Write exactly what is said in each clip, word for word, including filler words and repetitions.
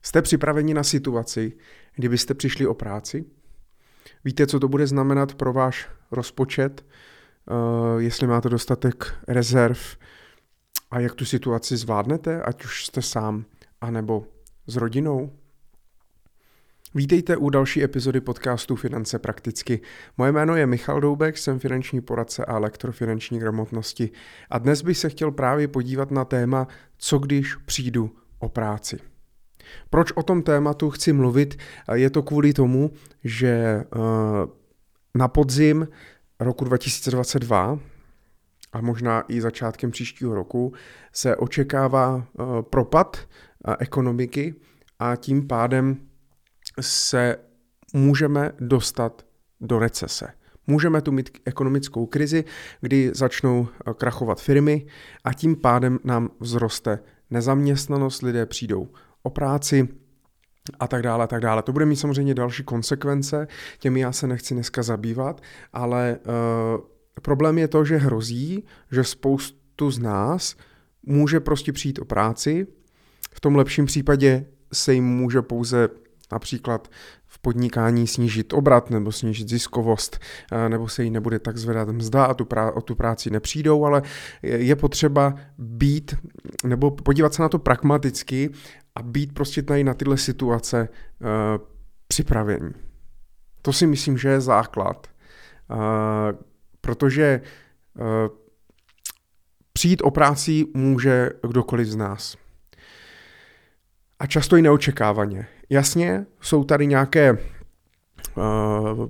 Jste připraveni na situaci, kdybyste přišli o práci? Víte, co to bude znamenat pro váš rozpočet, uh, jestli máte dostatek rezerv a jak tu situaci zvládnete, ať už jste sám, anebo s rodinou? Vítejte u další epizody podcastu Finance prakticky. Moje jméno je Michal Doubek, jsem finanční poradce a lektor finanční gramotnosti. A dnes bych se chtěl právě podívat na téma, co když přijdu o práci. Proč o tom tématu chci mluvit? Je to kvůli tomu, že na podzim roku dva tisíce dvacet dva a možná i začátkem příštího roku se očekává propad ekonomiky a tím pádem se můžeme dostat do recese. Můžeme tu mít ekonomickou krizi, kdy začnou krachovat firmy a tím pádem nám vzroste nezaměstnanost, lidé přijdou o práci a tak dále, a tak dále. To bude mít samozřejmě další konsekvence, těmi já se nechci dneska zabývat, ale uh, problém je to, že hrozí, že spoustu z nás může prostě přijít o práci. V tom lepším případě se jim může pouze například v podnikání snížit obrat nebo snížit ziskovost, nebo se jí nebude tak zvedat mzda a tu prá- o tu práci nepřijdou, ale je potřeba být nebo podívat se na to pragmaticky a být prostě tady na tyhle situace uh, připravení. To si myslím, že je základ, uh, protože uh, přijít o práci může kdokoliv z nás. A často i neočekávaně. Jasně, jsou tady nějaké uh,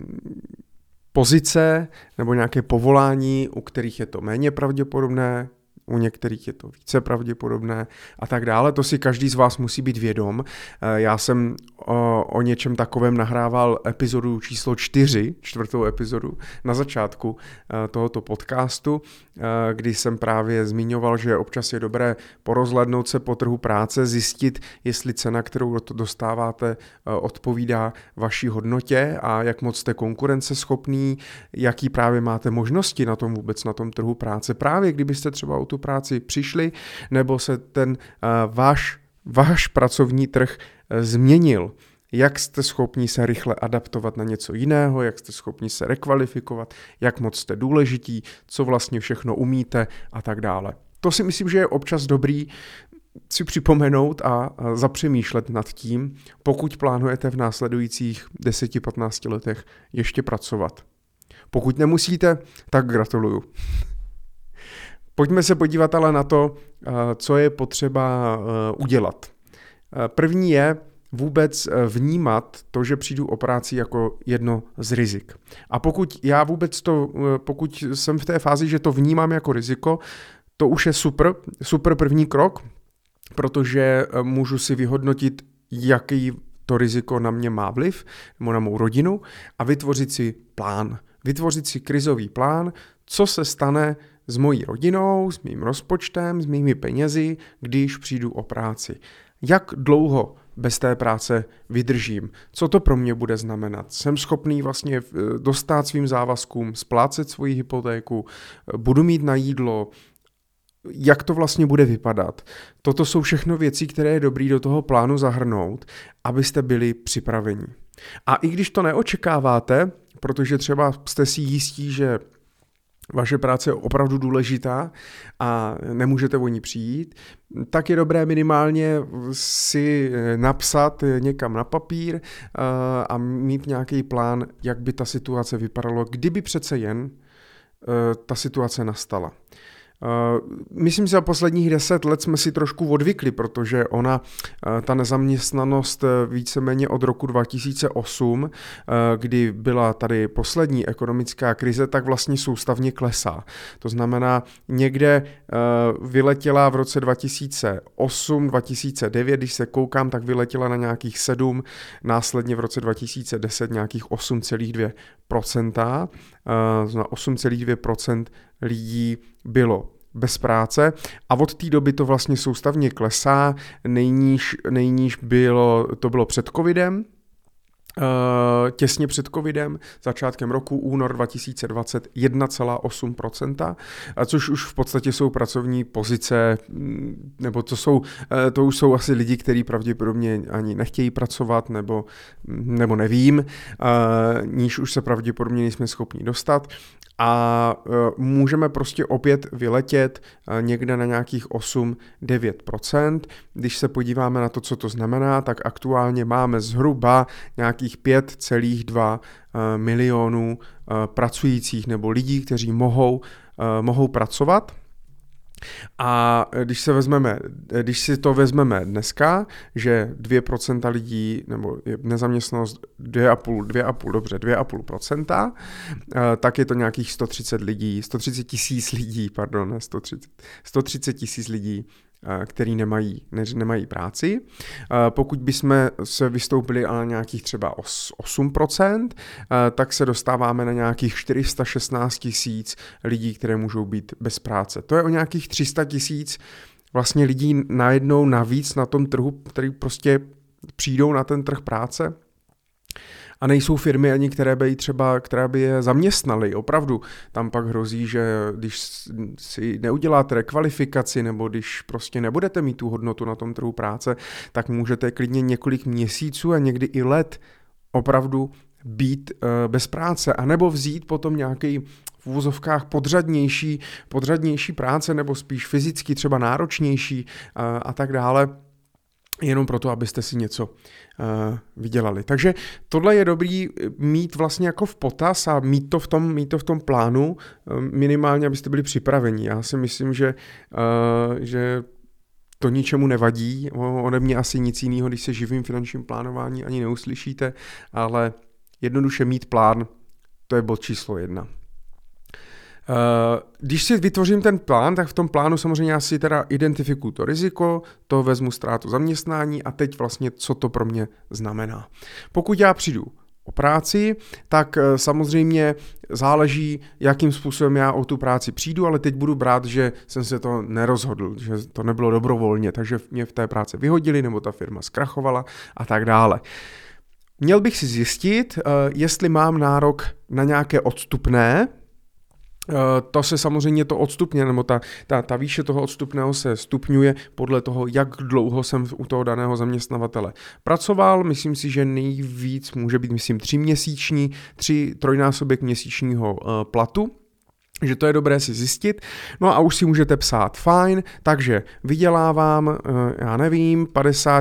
pozice nebo nějaké povolání, u kterých je to méně pravděpodobné, u některých je to více pravděpodobné a tak dále. To si každý z vás musí být vědom. Já jsem o, o něčem takovém nahrával epizodu číslo čtyři, čtvrtou epizodu na začátku tohoto podcastu, kdy jsem právě zmiňoval, že občas je dobré porozhlédnout se po trhu práce, zjistit, jestli cena, kterou dostáváte, odpovídá vaší hodnotě a jak moc jste konkurenceschopný, jaký právě máte možnosti na tom vůbec na tom trhu práce. Právě kdybyste třeba o tu práci přišli, nebo se ten uh, váš, váš pracovní trh uh, změnil. Jak jste schopni se rychle adaptovat na něco jiného, jak jste schopni se rekvalifikovat, jak moc jste důležití, co vlastně všechno umíte a tak dále. To si myslím, že je občas dobrý si připomenout a, a zapřemýšlet nad tím, pokud plánujete v následujících deseti patnácti letech ještě pracovat. Pokud nemusíte, tak gratuluju. Pojďme se podívat ale na to, co je potřeba udělat. První je vůbec vnímat to, že přijdu o práci jako jedno z rizik. A pokud já vůbec to, pokud jsem v té fázi, že to vnímám jako riziko, to už je super, super první krok, protože můžu si vyhodnotit, jaký to riziko na mě má vliv, nebo na mou rodinu a vytvořit si plán. Vytvořit si krizový plán, co se stane s mojí rodinou, s mým rozpočtem, s mými penězi, když přijdu o práci. Jak dlouho bez té práce vydržím? Co to pro mě bude znamenat? Jsem schopný vlastně dostát svým závazkům, splácet svoji hypotéku, budu mít na jídlo, jak to vlastně bude vypadat? Toto jsou všechno věci, které je dobré do toho plánu zahrnout, abyste byli připraveni. A i když to neočekáváte, protože třeba jste si jistí, že vaše práce je opravdu důležitá a nemůžete o ní přijít, tak je dobré minimálně si napsat někam na papír a mít nějaký plán, jak by ta situace vypadala, kdyby přece jen ta situace nastala. Myslím si, že za posledních deset let jsme si trošku odvykli, protože ona, ta nezaměstnanost víceméně od roku dva tisíce osm, kdy byla tady poslední ekonomická krize, tak vlastně soustavně klesá. To znamená, někde vyletěla v roce dva tisíce osm, dva tisíce devět, když se koukám, tak vyletěla na nějakých sedm, následně v roce dva tisíce deset nějakých osm celá dvě procenta. Na osm celá dvě procenta lidí bylo bez práce a od té doby to vlastně soustavně klesá, nejníž, nejníž bylo, to bylo před covidem těsně před covidem, začátkem roku, únor dva tisíce dvacet, jedna celá osm procenta, což už v podstatě jsou pracovní pozice, nebo to jsou, to už jsou asi lidi, kteří pravděpodobně ani nechtějí pracovat, nebo, nebo nevím, níž už se pravděpodobně nejsme schopni dostat. A můžeme prostě opět vyletět někde na nějakých osm až devět procent. Když se podíváme na to, co to znamená, tak aktuálně máme zhruba nějakých pět celá dva milionů pracujících nebo lidí, kteří mohou, mohou pracovat. A když, se vezmeme, když si to vezmeme dneska, že dvě procenta lidí, nebo nezaměstnanost dvě celá pět, dvě celá pět, dobře, dvě celá pět procenta, tak je to nějakých sto třicet lidí, sto třicet tisíc lidí, pardon, ne sto třicet, sto třicet tisíc lidí, který nemají, ne, nemají práci. Pokud bychom se vystoupili na nějakých třeba osm procent, tak se dostáváme na nějakých čtyři sta šestnáct tisíc lidí, které můžou být bez práce. To je o nějakých tři sta tisíc vlastně lidí najednou navíc na tom trhu, který prostě přijdou na ten trh práce. A nejsou firmy ani, které by třeba, které by je zaměstnaly. Opravdu tam pak hrozí, že když si neuděláte rekvalifikaci nebo když prostě nebudete mít tu hodnotu na tom trhu práce, tak můžete klidně několik měsíců a někdy i let opravdu být uh, bez práce. A nebo vzít potom nějaký v uvozovkách podřadnější, podřadnější práce nebo spíš fyzicky třeba náročnější uh, a tak dále. Jenom proto, abyste si něco uh, vydělali. Takže tohle je dobrý mít vlastně jako v potaz a mít to v tom, mít to v tom plánu, uh, minimálně, abyste byli připraveni. Já si myslím, že, uh, že to ničemu nevadí. Ode mě asi nic jiného, když se živím finančním plánování, ani neuslyšíte, ale jednoduše mít plán, to je bod číslo jedna. Když si vytvořím ten plán, tak v tom plánu samozřejmě já si teda identifikuju to riziko, to vezmu ztrátu zaměstnání a teď vlastně, co to pro mě znamená. Pokud já přijdu o práci, tak samozřejmě záleží, jakým způsobem já o tu práci přijdu, ale teď budu brát, že jsem se to nerozhodl, že to nebylo dobrovolně, takže mě v té práci vyhodili nebo ta firma zkrachovala a tak dále. Měl bych si zjistit, jestli mám nárok na nějaké odstupné. To se samozřejmě to odstupně, nebo ta, ta, ta výše toho odstupného se stupňuje podle toho, jak dlouho jsem u toho daného zaměstnavatele pracoval. Myslím si, že nejvíc může být, myslím, tříměsíční, tři, trojnásobek měsíčního uh, platu. že to je dobré si zjistit. No a už si můžete psát fajn, takže vydělávám, já nevím, padesát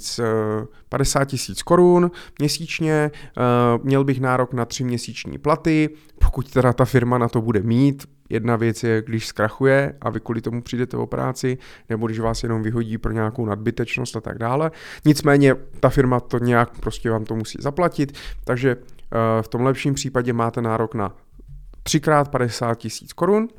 tisíc korun měsíčně, měl bych nárok na tři měsíční platy, pokud teda ta firma na to bude mít. Jedna věc je, když zkrachuje a vy kvůli tomu přijdete o práci, nebo když vás jenom vyhodí pro nějakou nadbytečnost a tak dále. Nicméně ta firma to nějak prostě vám to musí zaplatit, takže v tom lepším případě máte nárok na třikrát padesát tisíc korun.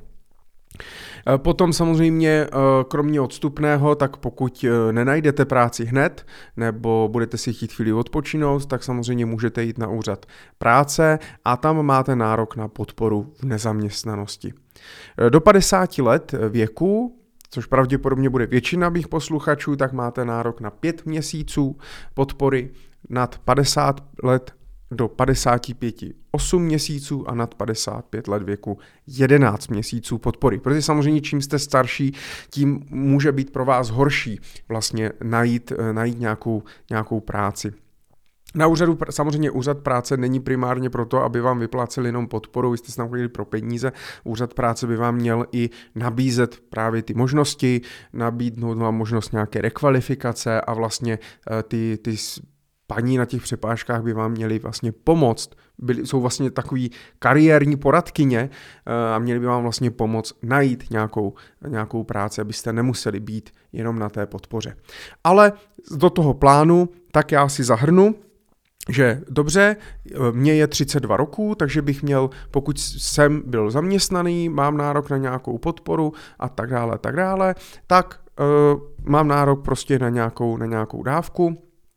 Potom samozřejmě kromě odstupného, tak pokud nenajdete práci hned nebo budete si chtít chvíli odpočinout, tak samozřejmě můžete jít na úřad práce a tam máte nárok na podporu v nezaměstnanosti. Do padesáti let věku, což pravděpodobně bude většina mých posluchačů, tak máte nárok na pět měsíců podpory, nad padesát let do padesáti pěti osm měsíců a nad padesát pět let věku jedenáct měsíců podpory. Protože samozřejmě čím jste starší, tím může být pro vás horší vlastně najít, najít nějakou, nějakou práci. Na úřadu, samozřejmě úřad práce není primárně proto, aby vám vyplácel jenom podporu, vy jste se tam chodili pro peníze, úřad práce by vám měl i nabízet právě ty možnosti, nabídnout vám možnost nějaké rekvalifikace a vlastně ty, ty paní na těch přepážkách by vám měli vlastně pomoct, byli, jsou vlastně takový kariérní poradkyně a měli by vám vlastně pomoct najít nějakou, nějakou práci, abyste nemuseli být jenom na té podpoře. Ale do toho plánu tak já si zahrnu, že dobře, mně je třicet dva roků, takže bych měl, pokud jsem byl zaměstnaný, mám nárok na nějakou podporu a tak dále, tak dále, tak uh, mám nárok prostě na nějakou, na nějakou dávku.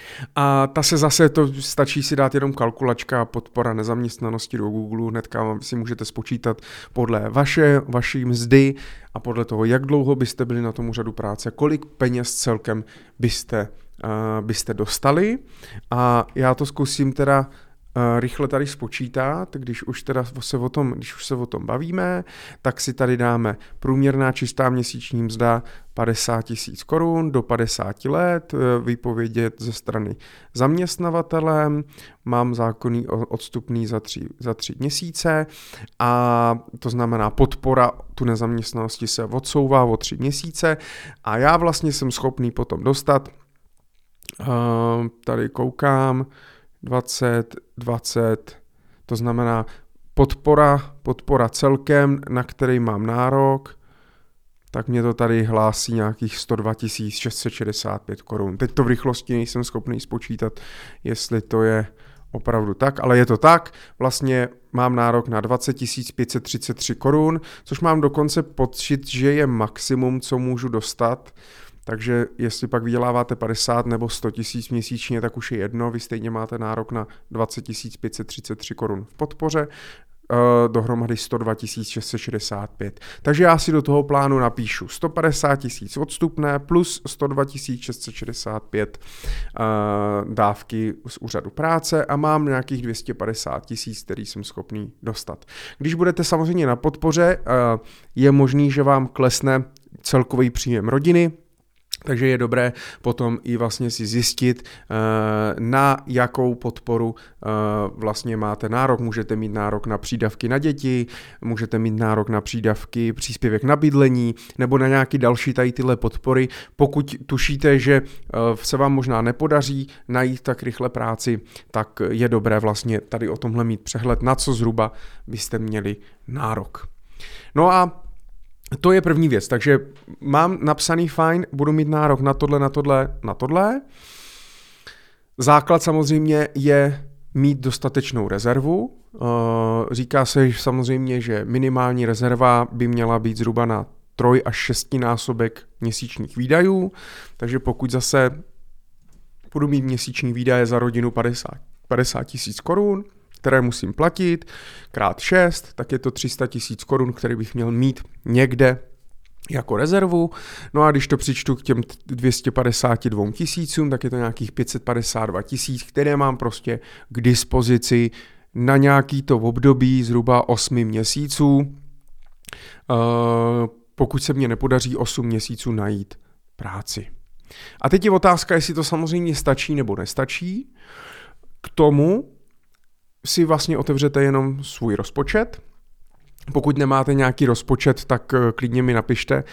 A ta se zase, to stačí si dát jenom kalkulačka podpora nezaměstnanosti do Google, hnedka si můžete spočítat podle vaše, vaší mzdy a podle toho, jak dlouho byste byli na tom úřadu práce, kolik peněz celkem byste, uh, byste dostali. A já to zkusím teda Uh, rychle tady spočítat, když už teda se o tom, když už se o tom bavíme, tak si tady dáme průměrná čistá měsíční mzda padesát tisíc korun do padesáti let, výpovědět ze strany zaměstnavatele, mám zákonný odstupný za tři, za tři měsíce a to znamená podpora tu nezaměstnanosti se odsouvá o tři měsíce a já vlastně jsem schopný potom dostat, uh, tady koukám, dvacet, dvacet, to znamená podpora, podpora celkem, na který mám nárok, tak mě to tady hlásí nějakých sto dva tisíc šest set šedesát pět korun. Teď to v rychlosti nejsem schopný spočítat, jestli to je opravdu tak, ale je to tak, vlastně mám nárok na dvacet tisíc pět set třicet tři korun, což mám dokonce pocit, že je maximum, co můžu dostat. Takže jestli pak vyděláváte padesát nebo sto tisíc měsíčně, tak už je jedno, vy stejně máte nárok na dvacet tisíc pět set třicet tři korun v podpoře, dohromady sto dva tisíc šest set šedesát pět. Takže já si do toho plánu napíšu sto padesát tisíc odstupné plus sto dva tisíc šest set šedesát pět dávky z úřadu práce a mám nějakých dvě stě padesát tisíc, který jsem schopný dostat. Když budete samozřejmě na podpoře, je možný, že vám klesne celkový příjem rodiny, takže je dobré potom i vlastně si zjistit, na jakou podporu vlastně máte nárok. Můžete mít nárok na přídavky na děti, můžete mít nárok na přídavky, příspěvek na bydlení nebo na nějaké další tady tyhle podpory. Pokud tušíte, že se vám možná nepodaří najít tak rychle práci, tak je dobré vlastně tady o tomhle mít přehled, na co zhruba byste měli nárok. No a to je první věc, takže mám napsaný fajn, budu mít nárok na tohle, na tohle, na tohle. Základ samozřejmě je mít dostatečnou rezervu. Říká se že samozřejmě, že minimální rezerva by měla být zhruba na troj až šestinásobek měsíčních výdajů, takže pokud zase budu mít měsíční výdaje za rodinu padesát tisíc korun, které musím platit, krát šest, tak je to tři sta tisíc korun, které bych měl mít někde jako rezervu. No a když to přičtu k těm dvě stě padesát dva tisícům, tak je to nějakých pět set padesát dva tisíc, které mám prostě k dispozici na nějaký to období zhruba osmi měsíců, pokud se mně nepodaří osm měsíců najít práci. A teď je otázka, jestli to samozřejmě stačí nebo nestačí. K tomu si vlastně otevřete jenom svůj rozpočet. Pokud nemáte nějaký rozpočet, tak klidně mi napište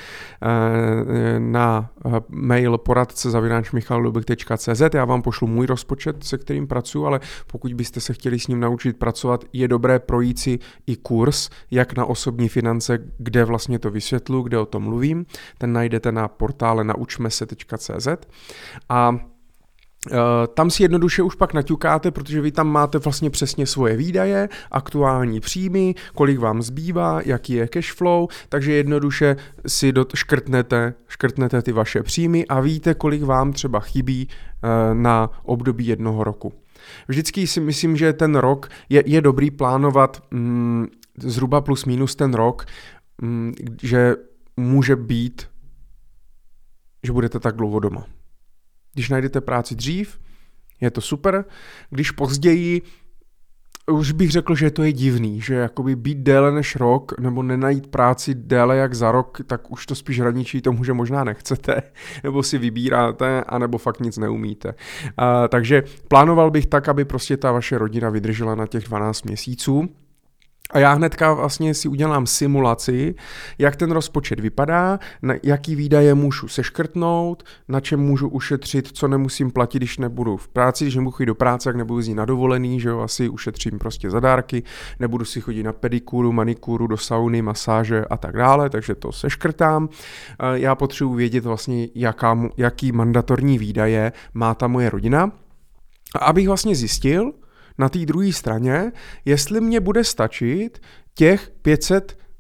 na mail poradce zavináč michal dubek tečka cé zet. Já vám pošlu můj rozpočet, se kterým pracuji, ale pokud byste se chtěli s ním naučit pracovat, je dobré projít si i kurz, jak na osobní finance, kde vlastně to vysvětlu, kde o tom mluvím. Ten najdete na portále naučme se tečka cé zet. A Uh, tam si jednoduše už pak naťukáte, protože vy tam máte vlastně přesně svoje výdaje, aktuální příjmy, kolik vám zbývá, jaký je cash flow, takže jednoduše si dot, škrtnete, škrtnete ty vaše příjmy a víte, kolik vám třeba chybí uh, na období jednoho roku. Vždycky si myslím, že ten rok je, je dobrý plánovat mm, zhruba plus minus ten rok, mm, že může být, že budete tak dlouho doma. Když najdete práci dřív, je to super. Když později, už bych řekl, že to je divný, že jakoby být déle než rok, nebo nenajít práci déle jak za rok, tak už to spíš hraničí tomu, že možná nechcete, nebo si vybíráte, anebo fakt nic neumíte. Uh, takže plánoval bych tak, aby prostě ta vaše rodina vydržela na těch dvanáct měsíců. A já hnedka vlastně si udělám simulaci, jak ten rozpočet vypadá, na jaký výdaje můžu seškrtnout, na čem můžu ušetřit, co nemusím platit, když nebudu v práci, když nebudu chodit do práce, jak nebudu jít na dovolený, že jo, asi ušetřím prostě za dárky, nebudu si chodit na pedikuru, manikuru, do sauny, masáže a tak dále, takže to seškrtám. Já potřebuji vědět vlastně, jaká, jaký mandatorní výdaje má ta moje rodina, a abych vlastně zjistil, na té druhé straně, jestli mě bude stačit těch pět set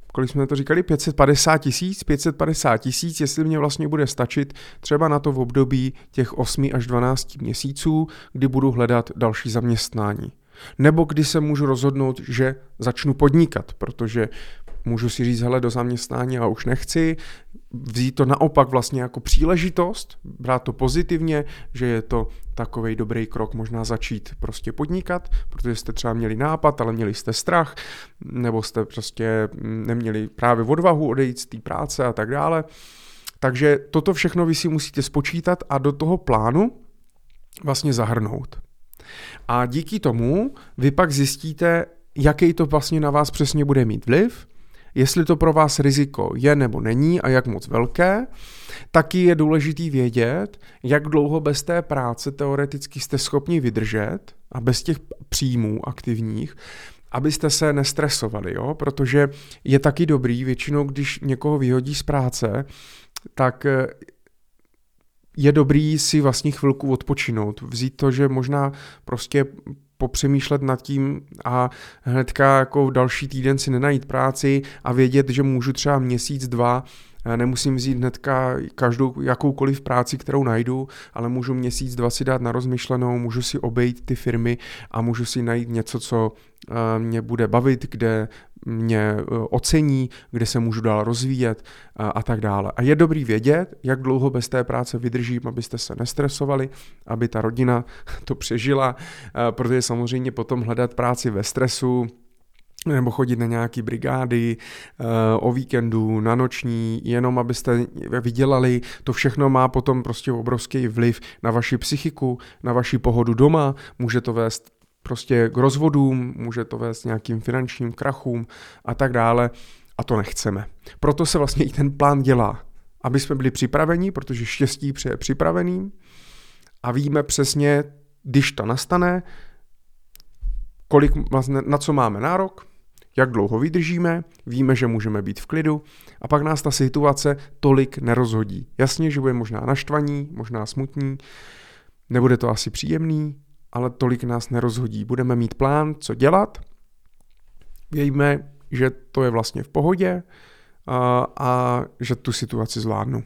kolik jsme to říkali, pět set padesát tisíc, pět set padesát tisíc, jestli mě vlastně bude stačit třeba na to v období těch osmi až dvanácti měsíců, kdy budu hledat další zaměstnání. Nebo kdy se můžu rozhodnout, že začnu podnikat, protože můžu si říct, hele, do zaměstnání a už nechci, vzít to naopak vlastně jako příležitost, brát to pozitivně, že je to takovej dobrý krok možná začít prostě podnikat, protože jste třeba měli nápad, ale měli jste strach, nebo jste prostě neměli právě odvahu odejít z té práce a tak dále. Takže toto všechno vy si musíte spočítat a do toho plánu vlastně zahrnout. A díky tomu vy pak zjistíte, jaký to vlastně na vás přesně bude mít vliv, jestli to pro vás riziko je nebo není a jak moc velké. Taky je důležitý vědět, jak dlouho bez té práce teoreticky jste schopni vydržet a bez těch příjmů aktivních, abyste se nestresovali, jo? Protože je taky dobrý, většinou když někoho vyhodí z práce, tak je dobrý si vlastně chvilku odpočinout, vzít to, že možná prostě popřemýšlet nad tím a hnedka jako další týden si nenajít práci a vědět, že můžu třeba měsíc, dva, nemusím vzít hnedka každou jakoukoliv práci, kterou najdu, ale můžu měsíc, dva si dát na rozmyšlenou, můžu si obejít ty firmy a můžu si najít něco, co mě bude bavit, kde mě ocení, kde se můžu dál rozvíjet a, a tak dále. A je dobrý vědět, jak dlouho bez té práce vydržím, abyste se nestresovali, aby ta rodina to přežila, protože samozřejmě potom hledat práci ve stresu, nebo chodit na nějaký brigády, o víkendu, na noční, jenom abyste vydělali, to všechno má potom prostě obrovský vliv na vaši psychiku, na vaši pohodu doma, může to vést prostě k rozvodům, může to vést nějakým finančním krachům a tak dále a to nechceme. Proto se vlastně i ten plán dělá, aby jsme byli připraveni, protože štěstí přeje připraveným a víme přesně, když to nastane, kolik vlastně, na co máme nárok, jak dlouho vydržíme, víme, že můžeme být v klidu a pak nás ta situace tolik nerozhodí. Jasně, že bude možná naštvaní, možná smutní, nebude to asi příjemný, ale tolik nás nerozhodí. Budeme mít plán, co dělat, víme, že to je vlastně v pohodě a, a že tu situaci zvládnu.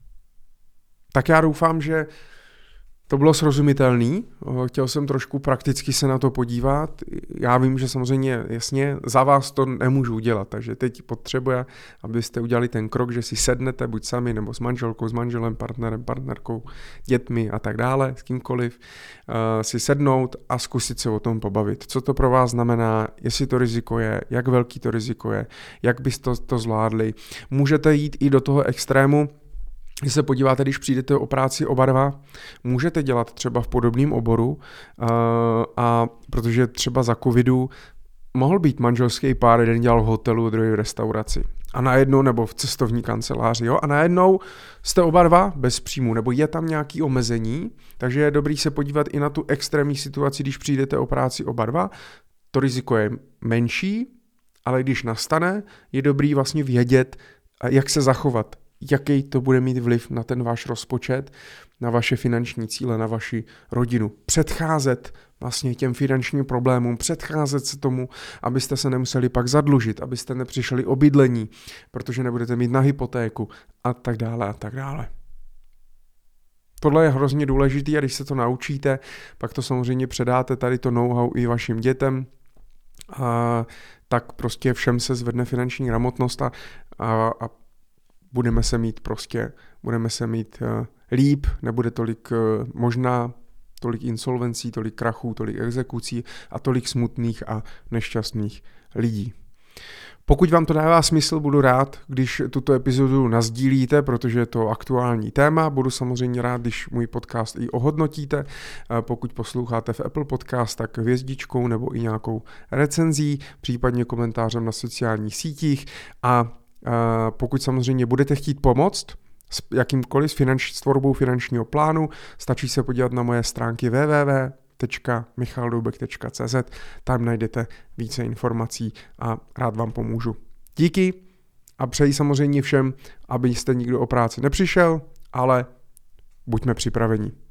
Tak já doufám, že to bylo srozumitelný, chtěl jsem trošku prakticky se na to podívat. Já vím, že samozřejmě jasně za vás to nemůžu udělat, takže teď potřebuje, abyste udělali ten krok, že si sednete buď sami, nebo s manželkou, s manželem, partnerem, partnerkou, dětmi a tak dále, s kýmkoliv, uh, si sednout a zkusit se o tom pobavit. Co to pro vás znamená, jestli to riziko je, jak velký to riziko je, jak byste to, to zvládli. Můžete jít i do toho extrému. Když se podíváte, když přijdete o práci oba dva, můžete dělat třeba v podobném oboru, a, a protože třeba za covidu mohl být manželský pár, jeden dělal v hotelu, druhý v restauraci. A najednou, nebo v cestovní kanceláři, jo, a najednou jste oba dva bez příjmu, nebo je tam nějaké omezení, takže je dobrý se podívat i na tu extrémní situaci, když přijdete o práci oba dva. To riziko je menší, ale když nastane, je dobrý vlastně vědět, jak se zachovat. Jaký to bude mít vliv na ten váš rozpočet, na vaše finanční cíle, na vaši rodinu. Předcházet vlastně těm finančním problémům, předcházet se tomu, abyste se nemuseli pak zadlužit, abyste nepřišli o bydlení, protože nebudete mít na hypotéku a tak dále a tak dále. Tohle je hrozně důležité a když se to naučíte, pak to samozřejmě předáte tady to know-how i vašim dětem, a tak prostě všem se zvedne finanční gramotnost a, a, a budeme se mít prostě, budeme se mít uh, líp, nebude tolik uh, možná tolik insolvencí, tolik krachů, tolik exekucí a tolik smutných a nešťastných lidí. Pokud vám to dává smysl, budu rád, když tuto epizodu nasdílíte, protože je to aktuální téma. Budu samozřejmě rád, když můj podcast i ohodnotíte. Pokud posloucháte v Apple Podcast, tak hvězdičkou nebo i nějakou recenzí, případně komentářem na sociálních sítích. A pokud samozřejmě budete chtít pomoct s jakýmkoliv finanč, s tvorbou finančního plánu, stačí se podívat na moje stránky w w w tečka michal doubek tečka c z, tam najdete více informací a rád vám pomůžu. Díky a přeji samozřejmě všem, abyste nikdo o práci nepřišel, ale buďme připraveni.